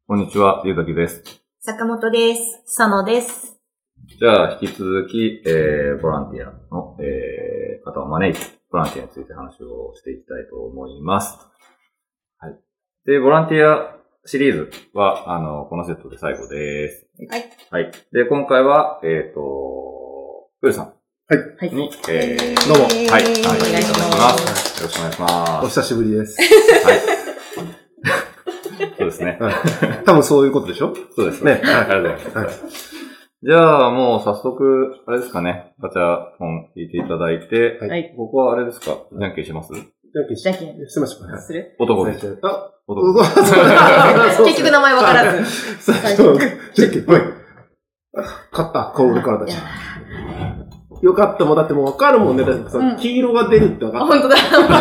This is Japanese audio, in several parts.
こんにちは、ゆうたきです。 坂本です。佐野です。 じゃあ、引き続き、ボランティアの、方を招いて、ボランティアについて話をしていきたいと思います。はい。で、ボランティアシリーズは、このセットで最後です。 はい。 はい。で、今回は、プーさん。 はい。 に、 どうも。はい。 お願いします。よろしくお願いします。 お久しぶりです。 はい。そうですね。 はい。多分そういうことでしょ？ そうですね。はい。ありがとうございます。はい。じゃあ、もう早速、あれですかね。ガチャ本引いていただいて、 はい。 ここはあれですか？じゃんけんします？ じゃんけんしましょう。 する？ 男です。 あ、 男。 結局名前わからず。 最初、じゃんけん。はい。勝った。これからだし。よかった。もうだってもうわかるもんね。だってさ、黄色が出るってわかった。 本当だ。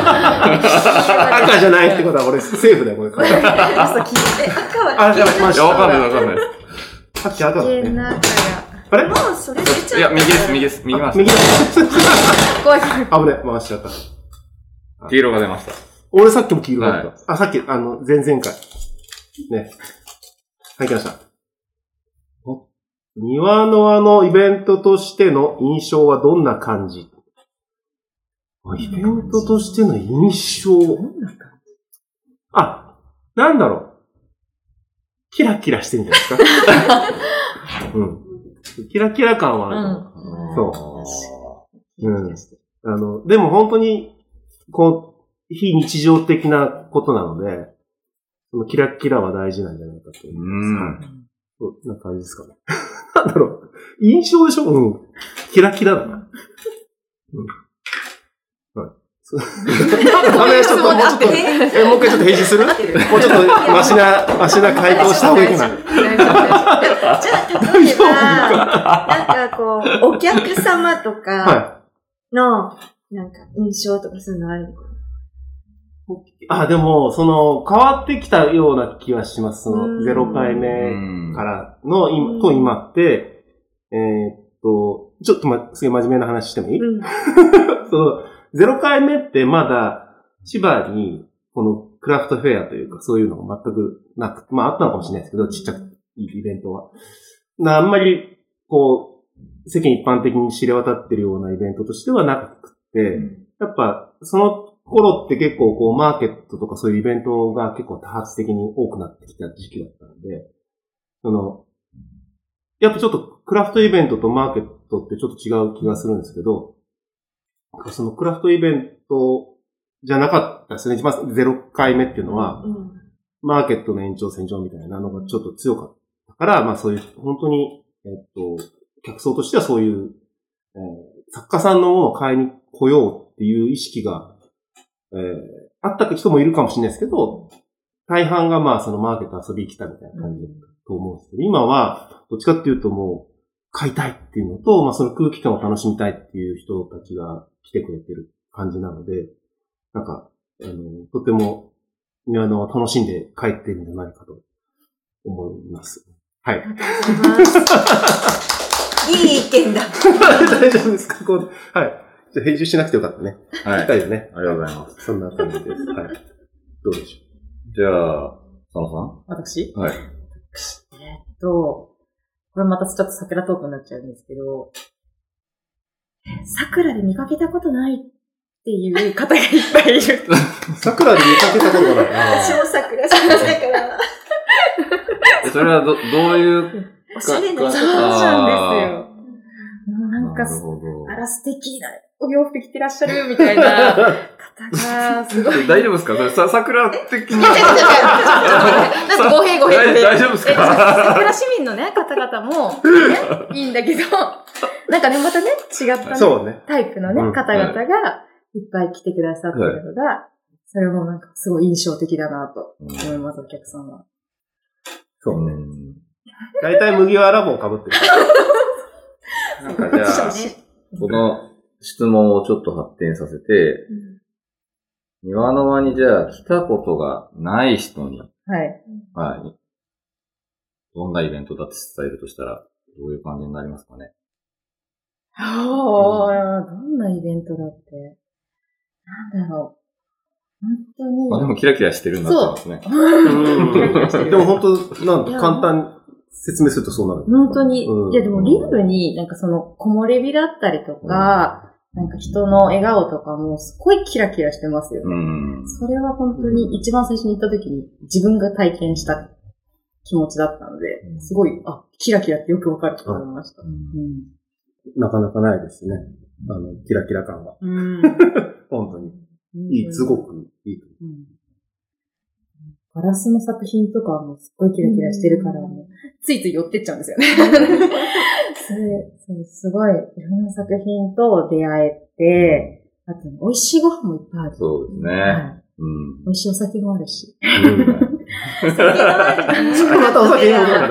赤じゃないってことは俺セーフだよ、これ。 嘘聞いて。赤は。 やばい、マジで。 わかんない。 さっき赤だね。 あれもうそれ出ちゃう。 いや、右です。右回し。 右だ。 怖い。 危ね、回しちゃった。 黄色が出ました。 俺さっきも黄色だった。さっき、前々回。ね。はい、来ました。庭のイベントとしての印象はどんな感じ？イベントとしての印象。どんな感じ？なんだろう。キラキラしてるんじゃないですか。うん。キラキラ感はある。そう。でも本当に、非日常的なことなので、そのキラキラは大事なんじゃないかと思います。そんな感じですかね。なんだろう。印象でしょ？キラキラだな。はい。ちょっと、もう一回ちょっと返事する？もうちょっとマシな回答した方がいいかな。 じゃあ、例えば、なんかお客様とかの、なんか印象とかそういうのあるのかな？でも、変わってきたような気はします。0回目からの、今って、ちょっとすげえ真面目な話してもいい？0回目ってまだ、千葉に、このクラフトフェアというか、そういうのが全くなく、あったのかもしれないですけど、ちっちゃくイベントは。あんまり、世間一般的に知れ渡ってるようなイベントとしてはなくて、やっぱ、その頃って結構マーケットとかそういうイベントが結構多発的に多くなってきた時期だったので、やっぱちょっとクラフトイベントとマーケットってちょっと違う気がするんですけど、そのクラフトイベントじゃなかったですね。まず0回目っていうのは、マーケットの延長線上みたいなのがちょっと強かったから、そういう、本当に、客層としてはそういう、作家さんのものを買いに来ようっていう意識が、あった人もいるかもしれないですけど、大半がそのマーケット遊びに来たみたいな感じだったと思うんですけど、今は、どっちかっていうともう、買いたいっていうのと、その空気感を楽しみたいっていう人たちが来てくれてる感じなので、なんか、とても、楽しんで帰ってるんじゃないかと思います。はい。 いい意見だ。 大丈夫ですか？はい。じゃあ編集しなくてよかったね。 はい。 したいよね。 ありがとうございます。 そんな感じです。はい。どうでしょう？じゃあ、佐野さん？ 私？ はい。 これまたちょっと桜トークになっちゃうんですけど、桜で見かけたことないっていう方がいっぱいいる。 桜で見かけたことがない。 私も桜好きだから。 それはどういうおしゃれな人なんですよ。なんか、あら素敵なお洋服着てらっしゃるみたいな方が、すごい。 大丈夫ですか？それ桜的に。 なんか語弊。 大丈夫ですか？ 桜市民のね、方々も、いいんだけど、なんかね、またね、違ったね、タイプのね、方々がいっぱい来てくださってるのが、それもなんかすごい印象的だなと思います、お客さんは。 そうね。大体麦わら帽被ってる。 なんかじゃあ、この質問をちょっと発展させて、庭の間にじゃあ来たことがない人に、どんなイベントだって伝えるとしたら、どういう感じになりますかね？ どんなイベントだって。なんだろ本当に。 でもキラキラしてるんだってますね。 キラキラしてる。 でも本当、簡単に説明するとそうなる。 本当に。いやでもリアルになんかその木漏れ日だったりとか、なんか人の笑顔とかもすごいキラキラしてますよね。それは本当に一番最初に行った時に自分が体験した気持ちだったので、すごい、キラキラってよくわかると思いました。 なかなかないですね。キラキラ感は。本当に。すごくいい。 ガラスの作品とかもすっごいキラキラしてるから、ついつい寄ってっちゃうんですよね。すごい、いろんな作品と出会えて、あと、美味しいご飯もいっぱいある。 そうですね。 美味しいお酒もあるし。 またお酒に戻る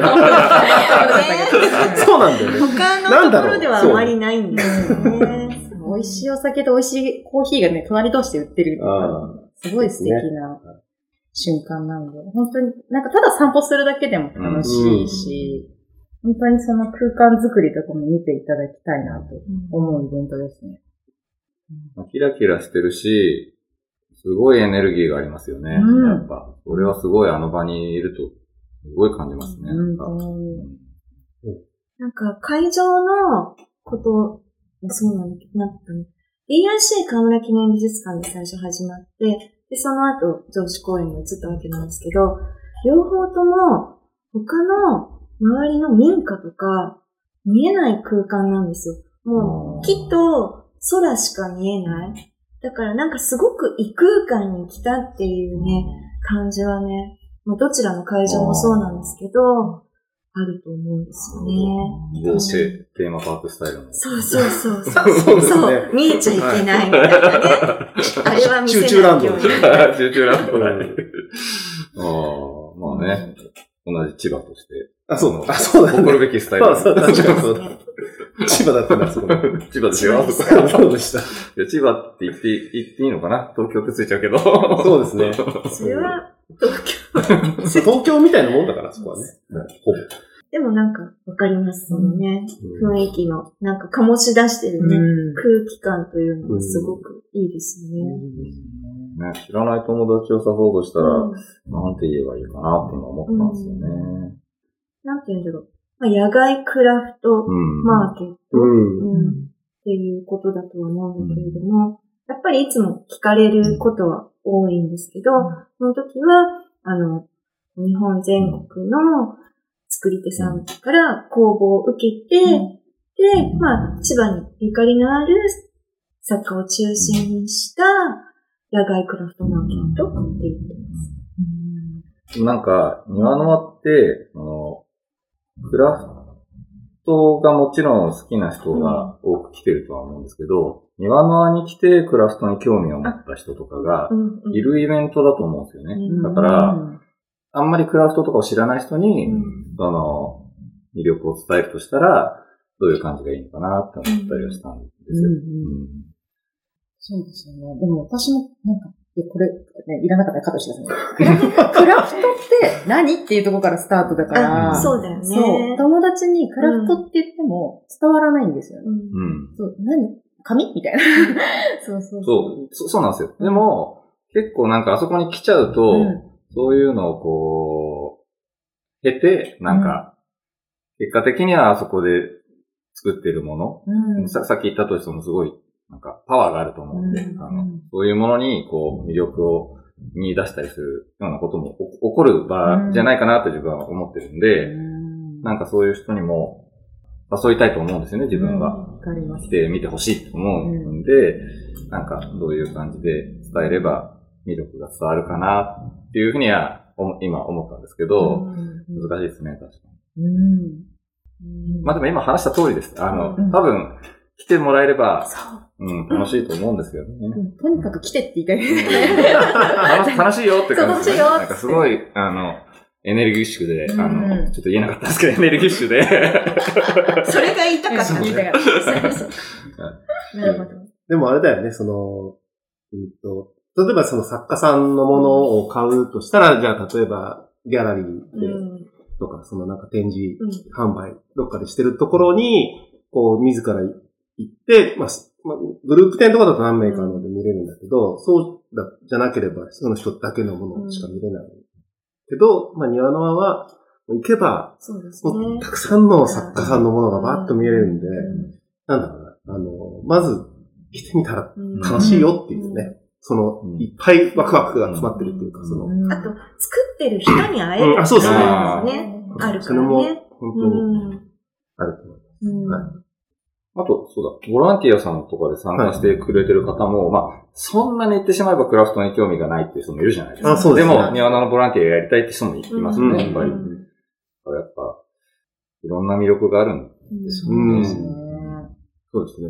そうなんだよね。 他のところではあまりないんですよね。 美味しいお酒と美味しいコーヒーがね、隣同士で売ってる。すごい素敵な瞬間なんで、本当に、なんかただ散歩するだけでも楽しいし、本当にその空間作りとかも見ていただきたいなと思うイベントですね。 キラキラしてるし、すごいエネルギーがありますよね。やっぱ。俺はすごいあの場にいると、すごい感じますね。 なんか会場のことそうなんだけど、なんかね、DIC 河村記念美術館で最初始まって、で、その後、上司公園に移ったわけなんですけど、両方とも、他の周りの民家とか、見えない空間なんですよ。もう、木と空しか見えない。だからなんかすごく異空間に来たっていうね、感じはね、どちらの会場もそうなんですけど、あると思うんですよね。 テーマパークスタイルの。 そう。そう、見えちゃいけないみたいなね。あれは見せないように。 集中ランド。まあね、同じ千葉として。 そうだ。 誇るべきスタイル。 そう。千葉だったな、そこ。 千葉ですよ。 そうでした。 千葉って言っていいのかな？東京ってついちゃうけど。 そうですね。 それは、 東京みたいなもんだから、そこはね。ほぼ。 でもなんか、わかりますね。雰囲気の、なんか醸し出してるね、空気感というのがすごくいいですよね。 知らない友達を誘おうとしたら、なんて言えばいいかなって今思ったんですよね。 なんて言うんだろう。野外クラフトマーケットっていうことだとは思うんだけれども、やっぱりいつも聞かれることは多いんですけど、その時は、日本全国の作り手さんから公募を受けて、で、千葉にゆかりのある作家を中心にした野外クラフトマーケットって言ってます。 なんか、庭の輪って、クラフトがもちろん好きな人が多く来てるとは思うんですけど、庭の輪に来てクラフトに興味を持った人とかがいるイベントだと思うんですよね。だから、あんまりクラフトとかを知らない人に、魅力を伝えるとしたら、どういう感じがいいのかなって思ったりはしたんですよ。 そうですよね。でも私もなんか、これ、ね、いらなかったらカットしてください。クラフトって何っていうところからスタートだから。 そうだよね。 そう。友達にクラフトって言っても伝わらないんですよね。そう、紙みたいな。 そうなんですよ。でも、結構なんかあそこに来ちゃうと、そういうのをこう、経て、なんか、結果的にはあそこで作ってるもの、さっき言ったとしてもすごい、なんかパワーがあると思うんで、そういうものにこう魅力を見出したりするようなことも起こる場じゃないかなと自分は思ってるんで、なんかそういう人にも誘いたいと思うんですよね、自分は。来てみてほしいと思うんで、なんかどういう感じで伝えれば魅力が伝わるかなっていうふうには今思ったんですけど、難しいですね、確かに。でも今話した通りです。多分来てもらえれば、楽しいと思うんですよね。 とにかく来てって言いたいですね。楽しいよって感じで、 楽しいよ。 なんかすごい、エネルギッシュで、ちょっと言えなかったんですけど、エネルギッシュで。 それが言いたかった。言いたかった。 なるほど。 でもあれだよね、例えばその作家さんのものを買うとしたら、じゃあ例えばギャラリーで、とか、そのなんか展示販売、どっかでしてるところに、こう、自ら行って、グループ展とかだと何名かので見れるんだけど、そうじゃなければ、その人だけのものしか見れない。けど、庭の輪は、行けば、 そうですね。 たくさんの作家さんのものがバーッと見えるんで、なんだろうな、まず、来てみたら楽しいよっていうね、いっぱいワクワクが詰まってるっていうか、 あと、作ってる人に会える。 そうですね。 あるからね。 それも、本当に、あると思います。 あと、そうだ、ボランティアさんとかで参加してくれてる方も、そんなに言ってしまえばクラフトに興味がないっていう人もいるじゃないですか。 そうですね。 でも、庭のボランティアやりたいって人もいますね、やっぱり。やっぱ、いろんな魅力があるんですよね。 そうですね。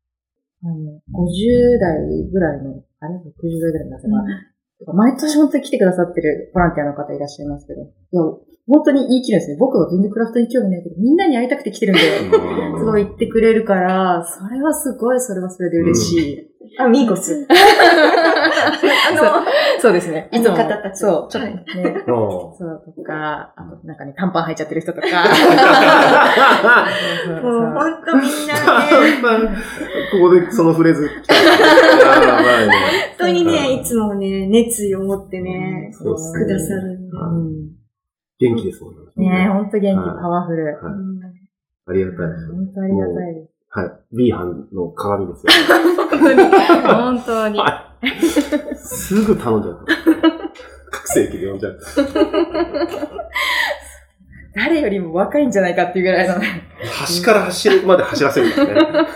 50代ぐらいの、60代ぐらいの方が、毎年本当に来てくださってるボランティアの方いらっしゃいますけど、いや、本当に言い切るんですね。僕は全然クラフトに興味ないけど、みんなに会いたくて来てるんで、すごい言ってくれるから、それはすごい、それはそれで嬉しい。 ミーゴス。 そうですね。 いつも方たち。 そう、ちょっとね。そうとか、あとなんかね、短パン履いちゃってる人とか。 もうほんとみんなね。 ここでそのフレーズ。本当にね、いつもね、熱意を持ってね、くださるんで。 元気ですもんね。ね、ほんと元気、パワフル。 ありがたいです。 本当ありがたいです。 はい。B 班の鏡ですよ。 本当に。 すぐ頼んじゃう。拡声器で呼んじゃう。 誰よりも若いんじゃないかっていうぐらいのね。 端から端まで走らせるんですね。 ラガマン。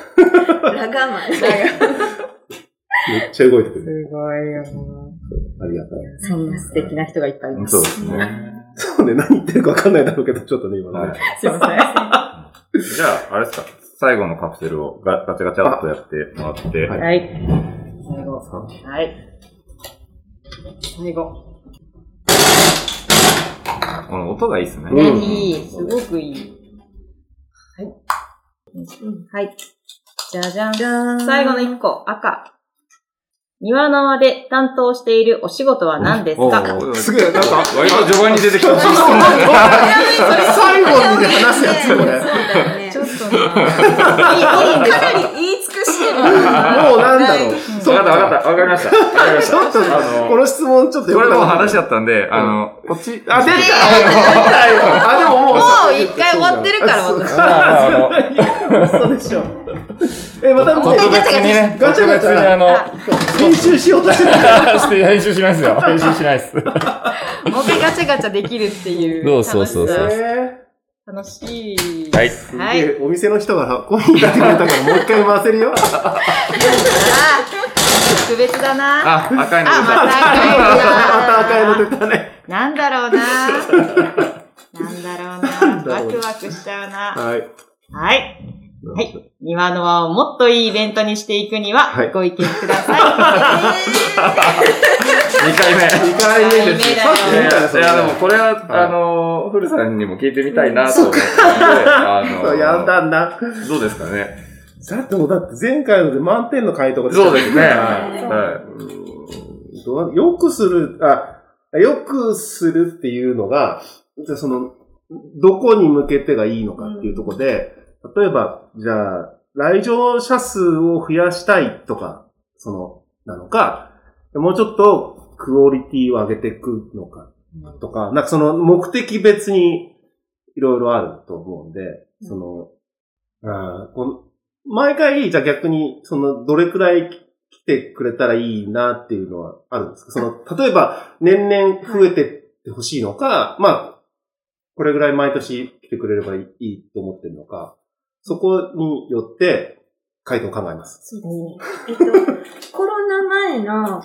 めっちゃ動いてくる。 すごいよ。 ありがたい。 そんな素敵な人がいっぱいいます。 そうですね。 そうね、何言ってるか分かんないだろうけど、ちょっとね、今ね。 すいません。 じゃあ、あれですか。最後のカプセルをガチャガチャっとやってもらって。 はい。最後。はい。最後。 この音がいいですね。 いい。すごくいい。はい。はい。じゃじゃん。最後の1個、赤。庭の輪で担当しているお仕事は何ですか？ すげえ、なんか、 割と序盤に出てきた。 最後にね、話すやつ、これ。 ちょっとね。 かなり言い尽くしてる。 もうなんだろう。 わかりました。 ちょっと、この質問ちょっとこれもう話だったんで、こっち。 出たよ。でももう一回終わってるから、 私。嘘でしょ。また特別にね、 ガチャガチャ編集しようとしてる。編集しないですよ。編集しないです。 もう一回ガチャガチャできるっていう。 そう。 楽しい。 はい。 お店の人がコイン出してくれたからもう一回回せるよ。 特別だな。 赤いの出た。 また赤いの出たね。 なんだろうな。ワクワクしちゃうな。 はい。 はい。庭の輪をもっといいイベントにしていくには、ご意見ください。 2回目です。 いや、でもこれは、古さんにも聞いてみたいなと思って。 やんだんな。 どうですかね。 だって前回ので満点の回答がそうですね。 よくするっていうのが、どこに向けてがいいのかっていうところで、例えば、じゃあ、来場者数を増やしたいとか、なのか、もうちょっとクオリティを上げていくのか、とか、なんか目的別にいろいろあると思うんで、毎回、じゃあ逆に、どれくらい来てくれたらいいなっていうのはあるんですか？例えば、年々増えてってほしいのか、これぐらい毎年来てくれればいいと思ってるのか、そこによって回答を考えます。 そうですね。コロナ前の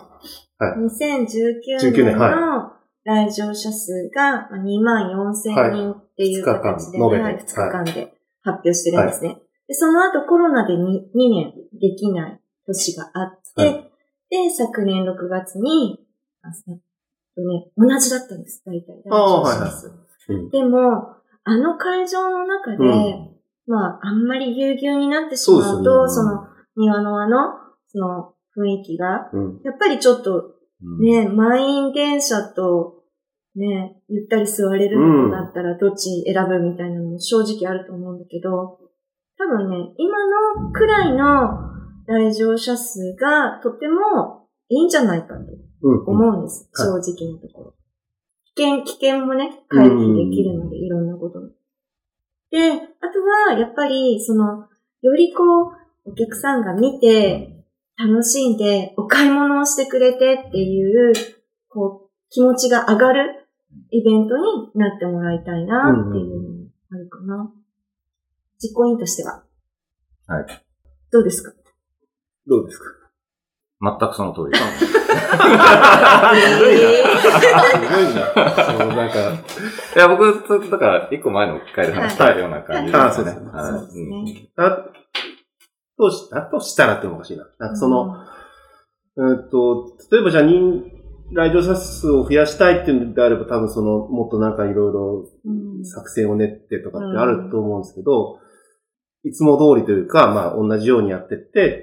2019年の来場者数が24,000人っていう形で、2日間で発表してるんですね。でその後コロナで 2年できない年があって、で、昨年6月に、同じだったんです、大体。来場者数。でも、会場の中で、あんまりぎゅうぎゅうになってしまうと、庭の輪の、雰囲気が、やっぱりちょっと、ね、満員電車と、ね、ゆったり座れるのだったら、どっち選ぶみたいなのも正直あると思うんだけど、多分ね、今のくらいの来場者数がとてもいいんじゃないかと思うんです。正直なところ。危険もね、回避できるので、いろんなことも。で、あとは、やっぱり、よりお客さんが見て、楽しんで、お買い物をしてくれてっていう、気持ちが上がるイベントになってもらいたいなっていうのもあるかな。実行委員としては。 はい。 どうですか？ 全くその通り。 すごいな。そう、なんか。 いや、僕、だから、一個前の回で話したような感じですね。 そうですね。だとしたらっておかしいな。なんか例えばじゃあ来場者数を増やしたいっていうのであれば、多分もっとなんかいろいろ作戦を練ってとかってあると思うんですけど、いつも通りというか、まあ同じようにやってって、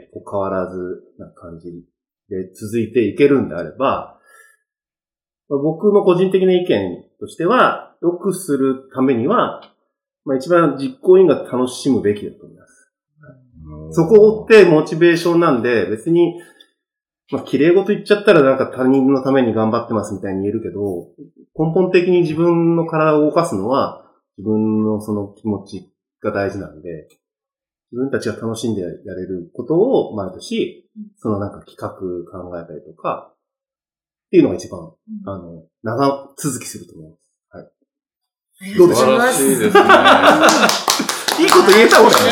変わらずな感じで続いていけるんであれば、僕の個人的な意見としては、良くするためには、一番実行委員が楽しむべきだと思います。そこってモチベーションなんで、別に、綺麗事言っちゃったらなんか他人のために頑張ってますみたいに言えるけど、根本的に自分の体を動かすのは、自分のその気持ちが大事なんで、自分たちが楽しんでやれることを毎年、なんか企画考えたりとか、っていうのが一番、長続きすると思います。はい。どうでしょう？ 素晴らしいですね。 いいこと言えたもんね。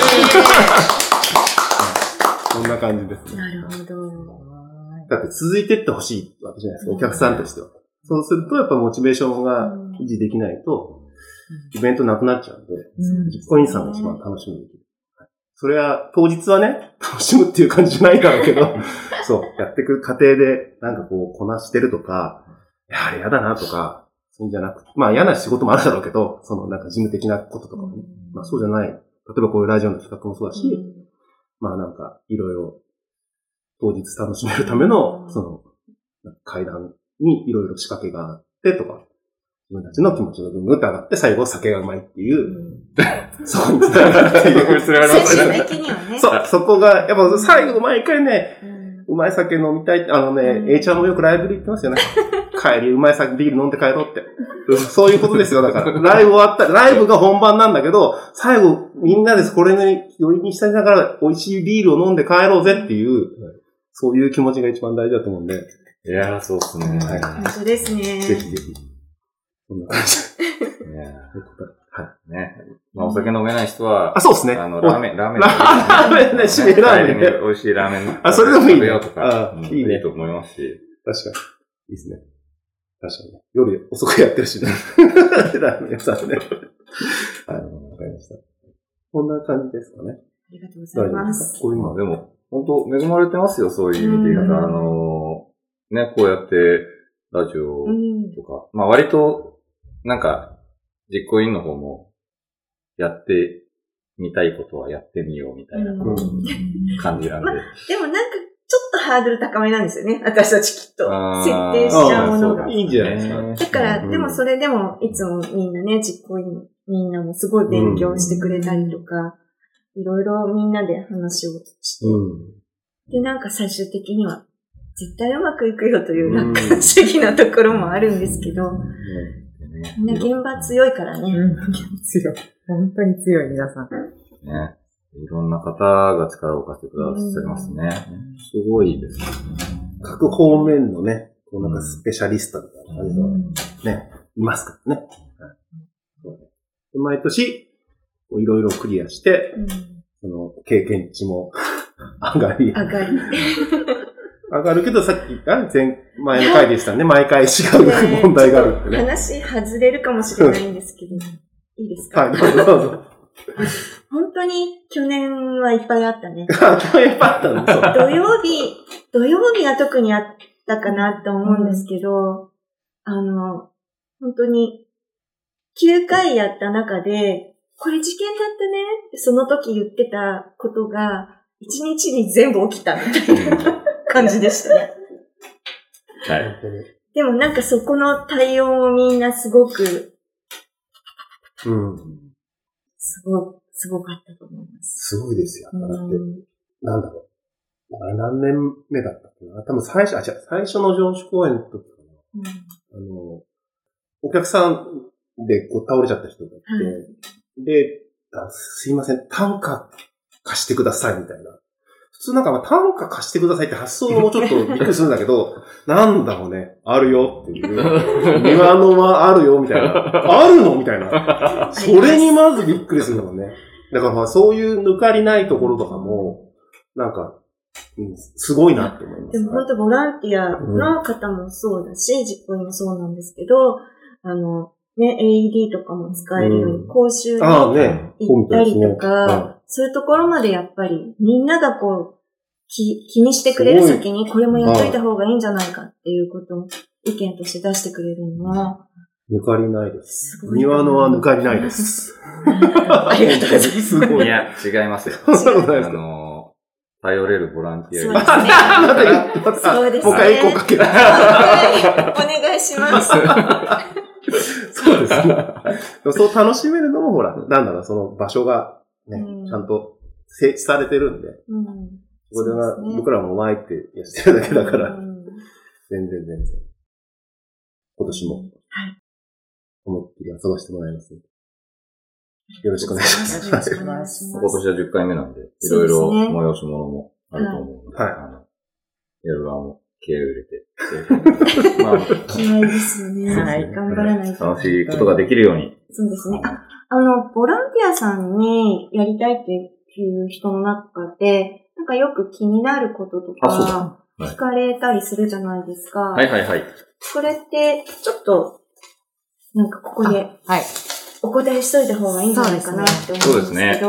こんな感じですね。 なるほど。 だって続いてってほしいわけじゃないですか、お客さんとしては。そうするとやっぱモチベーションが維持できないと、イベントなくなっちゃうんで、実行委員さんが一番楽しみできる。それは、当日はね、楽しむっていう感じじゃないだろうけど、そう、やっていく過程で、なんかこなしてるとか、あれ嫌だなとか、そういうんじゃなくて、嫌な仕事もあるだろうけど、なんか事務的なこととかもね、そうじゃない。例えばこういうラジオの企画もそうだし、なんか、いろいろ、当日楽しめるための、階段にいろいろ仕掛けがあってとか、自分たちの気持ちがぐんぐんと上がって、最後酒がうまいっていう、そこにつながるっていう。 最終的にはね。 そこが、やっぱ最後毎回ね、うまい酒飲みたいって、A ちゃんもよくライブで言ってますよね。帰りうまい酒ビール飲んで帰ろうって。そういうことですよ、だから。ライブ終わった、ライブが本番なんだけど、最後みんなでこれに余韻に浸りながら美味しいビールを飲んで帰ろうぜっていう、そういう気持ちが一番大事だと思うんで。 いやー、そうですね。 はい。本当ですね。 ぜひぜひ。こんな感じ。 はい。ね。お酒飲めない人は、 そうですね。 ラーメンね、 締めラーメンね。 美味しいラーメン。 それでもいいね。 食べようとか、いいと思いますし。 確かに。いいですね。確かに。夜遅くやってるしね。ラーメン屋さんね。はい、わかりました。こんな感じですかね。 ありがとうございます。 こういうのは、でも、本当恵まれてますよ、そういう意味で言い方。ね、こうやって、ラジオとか、割と、なんか、実行委員の方も、やってみたいことはやってみようみたいな感じなんで。 でもなんか、ちょっとハードル高めなんですよね。私たちきっと。設定しちゃうものが。 いいんじゃないですか。 だから、でもそれでも、いつもみんなね、実行委員、みんなもすごい勉強してくれたりとか、いろいろみんなで話をして、で、なんか最終的には、絶対うまくいくよという楽観主義なところもあるんですけど、みんな現場強いからね。 強い。本当に強い、皆さん。 ね。いろんな方が力を貸してくださいますね。すごいですね。 各方面のね、なんかスペシャリストみたいな感じのね、いますからね。で毎年、いろいろクリアして、経験値も上がり。上がるけど、さっき言った前の回でしたね。毎回違う問題があるってね。 話外れるかもしれないんですけど、いいですか？ はい、どうぞ。 本当に去年はいっぱいあったね。 去年いっぱいあったんですよ。 土曜日は特にあったかなと思うんですけど、本当に9回やった中で、これ事件だったねってその時言ってたことが、1日に全部起きたみたいな感じでしたね。 はい。 でもなんかそこの対応もみんなすごく、すごかったと思います。 すごいですよ。だって、なんだろう。 何年目だったっけな。多分最初の上司公演の時かな。お客さんでこう倒れちゃった人がいて、で、すいません、単価貸してくださいみたいな。普通なんか単価貸してくださいって発想もちょっとびっくりするんだけど、なんだろうね、あるよっていう。庭の間あるよみたいな。あるのみたいな。それにまずびっくりするのね。だからそういう抜かりないところとかも、なんか、すごいなって思います。 でも本当ボランティアの方もそうだし、実行委員もそうなんですけど、AED とかも使えるように講習に行ったりとか、そういうところまでやっぱりみんながこう、気にしてくれる先にこれもやっといた方がいいんじゃないかっていうことを意見として出してくれるのは、 抜かりないです。庭のは抜かりないです。 ありがとうございます。 すごい。 いや、違いますよ。頼れるボランティアそうですね。 もう一回エコーかける。 お願いします。 そうですね。そう楽しめるのもほら、なんだろう、その場所がね、ちゃんと整地されてるんで、これは僕らも前ってやってるだけだから、全然。今年も、思いっきり遊ばせてもらいます。よろしくお願いします。 よろしくお願いします。 今年は10回目なんで、いろいろ催し物もあると思うので、やる側も気合を入れて、 気合ですよね。はい。頑張らないと。 楽しいことができるように。 そうですね。ボランティアさんにやりたいっていう人の中で、なんかよく気になることとか、聞かれたりするじゃないですか。 はい。 これって、ちょっと、なんかここで、お答えしといた方がいいんじゃないかなって思うんですけど。 そうですね。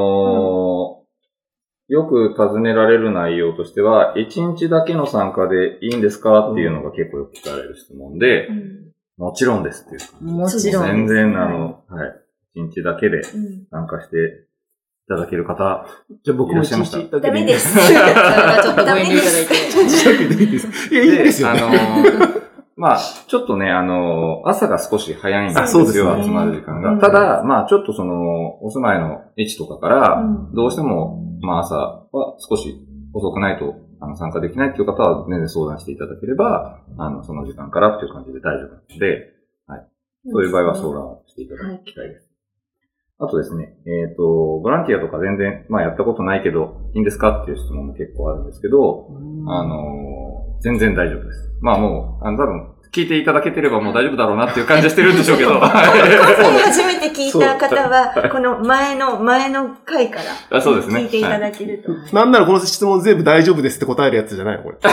よく尋ねられる内容としては、1日だけの参加でいいんですかっていうのが結構よく聞かれる質問で、もちろんですっていう。 もちろん。 全然1日だけで参加していただける方、 じゃあ僕も1日だけで。 ダメです。 ちょっとご遠慮いただいて。 いや、いいですよ。 まあ、ちょっとね、朝が少し早いんですよ、集まる時間が。ただ、まあ、ちょっとお住まいの位置とかから、どうしても、まあ、朝は少し遅くないと、参加できないっていう方は、全然相談していただければ、その時間からっていう感じで大丈夫なので、はい。そういう場合は相談していただきたいです。あとですね、ボランティアとか全然、まあ、やったことないけど、いいんですかっていう質問も結構あるんですけど、全然大丈夫です。まあもう、多分、聞いていただけてればもう大丈夫だろうなっていう感じはしてるんでしょうけど。 初めて聞いた方は、この前の回から聞いていただけると。 なんならこの質問全部大丈夫ですって答えるやつじゃないのこれ。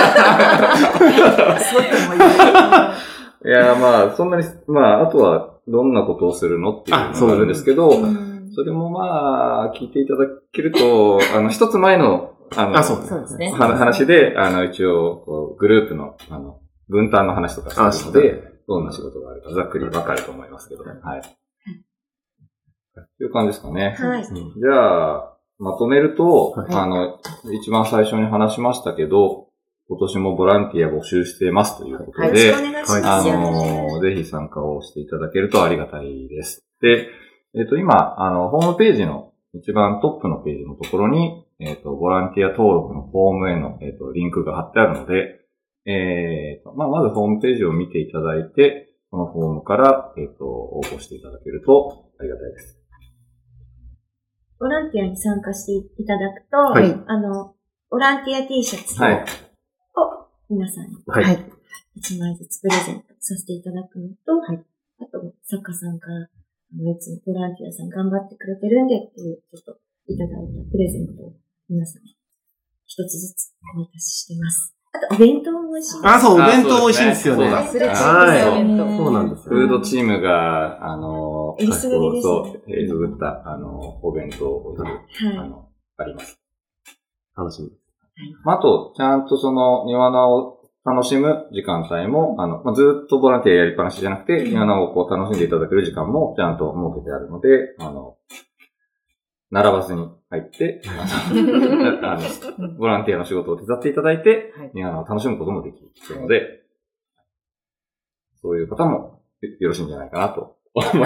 そうとも言いや、まあ、そんなに、まあ、あとは、どんなことをするのっていうのがあるんですけど、それもまあ、聞いていただけると、一つ前の、 そうですね。 話で、一応、グループの、分担の話とかするので、どんな仕事があるかざっくりわかると思いますけど、はい。という感じですかね。 はい。 じゃあ、まとめると、一番最初に話しましたけど、今年もボランティア募集していますということで、 よろしくお願いします。 ぜひ参加をしていただけるとありがたいです。で、今、ホームページの一番トップのページのところに、ボランティア登録のフォームへの、リンクが貼ってあるので、まずホームページを見ていただいて、そのフォームから、応募していただけるとありがたいです。 ボランティアに参加していただくと、ボランティア T シャツを皆さんに、1枚ずつプレゼントさせていただくのと、あと、作家さんから、いつもボランティアさん頑張ってくれてるんでっていう、ちょっといただいたプレゼントを皆さんに一つずつお渡ししてます。あと、お弁当も美味しいです。 そう、お弁当美味しいんですよね。 忘れちゃいますそうなんですよ。 フードチームが、 えりすぐりですね。 えりすぐった、お弁当をあります。 楽しみ。 あと、ちゃんと庭菜を楽しむ時間帯も、ずっとボランティアやりっぱなしじゃなくて、庭菜を楽しんでいただける時間もちゃんと設けてあるので、並ばずに入って、ボランティアの仕事を手伝っていただいて、庭菜を楽しむこともできるので、そういう方もよろしいんじゃないかなと思います。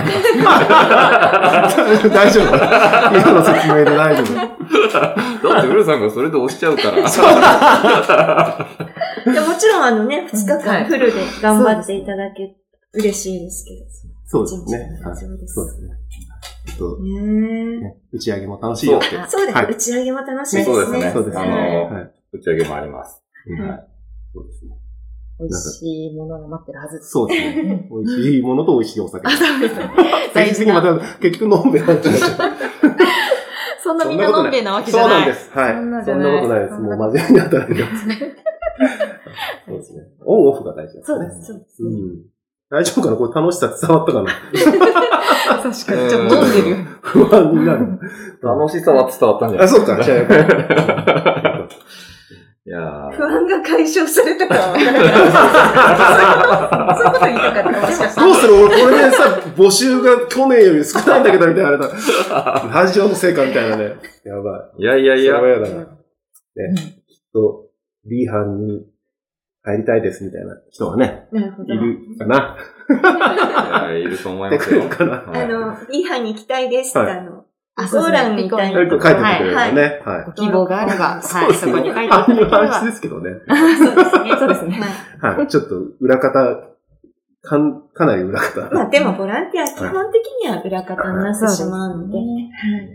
大丈夫今の説明で大丈夫だって、ウルさんがそれで押しちゃうから。 いやもちろん2日間フルで頑張っていただけ、嬉しいですけど。 そうですね。 大丈夫です。 そうですね。打ち上げも楽しいよって。 そうです。打ち上げも楽しいですね。 そうですね。 そうですね。 打ち上げもあります。 はい。そうですね。 美味しいものが待ってるはずです。 そうですね。美味しいものと美味しいお酒。 そうですね。 最終的にまた結局飲んべえになっちゃう。 そんなみんな飲んべえなわけじゃない。 そうなんです。はい。そんなことないです。もう真面目に働いてます。そうですね。オンオフが大事ですね。 そうです。 大丈夫かなこれ楽しさ伝わったかな確かに。ちょっと飲んでる。 不安になる。 楽しさは伝わったんじゃないそうか。じゃあいや不安が解消されたから分からない。そういうこと言いたかった。もしかしたら。 どうする俺ねさ、募集が去年より少ないんだけど、みたいなあれだ。ラジオの成果みたいなね。やばい。 いやいやいや。 それは嫌だな。ね。きっと、B 班に入りたいですみたいな人はね。 なるほど。 いるかな。 いると思いますよ。 かな。 B 班に行きたいですってゴーランみたいな。 書いてくれるね。 ご希望があれば、 はい。 そこに書いていただければ。 話ですけどね。 そうですね。 はい。ちょっと裏方、かなり裏方。 まあでもボランティア基本的には裏方になってしまうので。はい。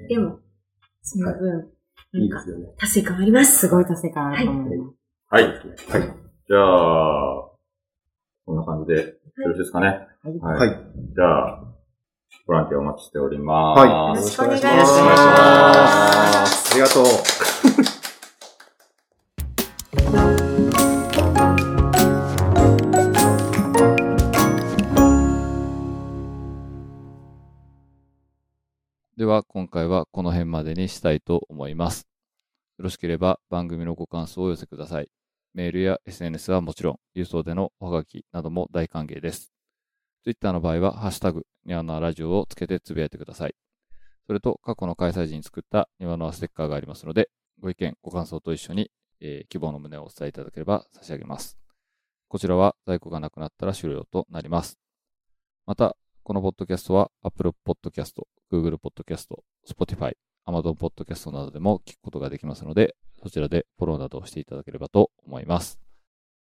でも、その分、 いいですよね。 達成感あります。 すごい達成感あると思います。 はい。はい。じゃあ、こんな感じでよろしいですかね。 はい。 じゃあ、ボランティアお待ちしております。 はい。 よろしくお願いします。 ありがとう。 では、今回はこの辺までにしたいと思います。よろしければ番組のご感想をお寄せください。メールや SNS はもちろん、郵送でのおはがきなども大歓迎です。Twitter の場合は、ハッシュタグ、ニワノアラジオをつけてつぶやいてください。それと、過去の開催時に作ったニワノアステッカーがありますので、ご意見、ご感想と一緒に、希望の旨をお伝えいただければ差し上げます。こちらは在庫がなくなったら終了となります。また、このポッドキャストは Apple Podcast、Google Podcast、Spotify、Amazon Podcast などでも聞くことができますので、そちらでフォローなどをしていただければと思います。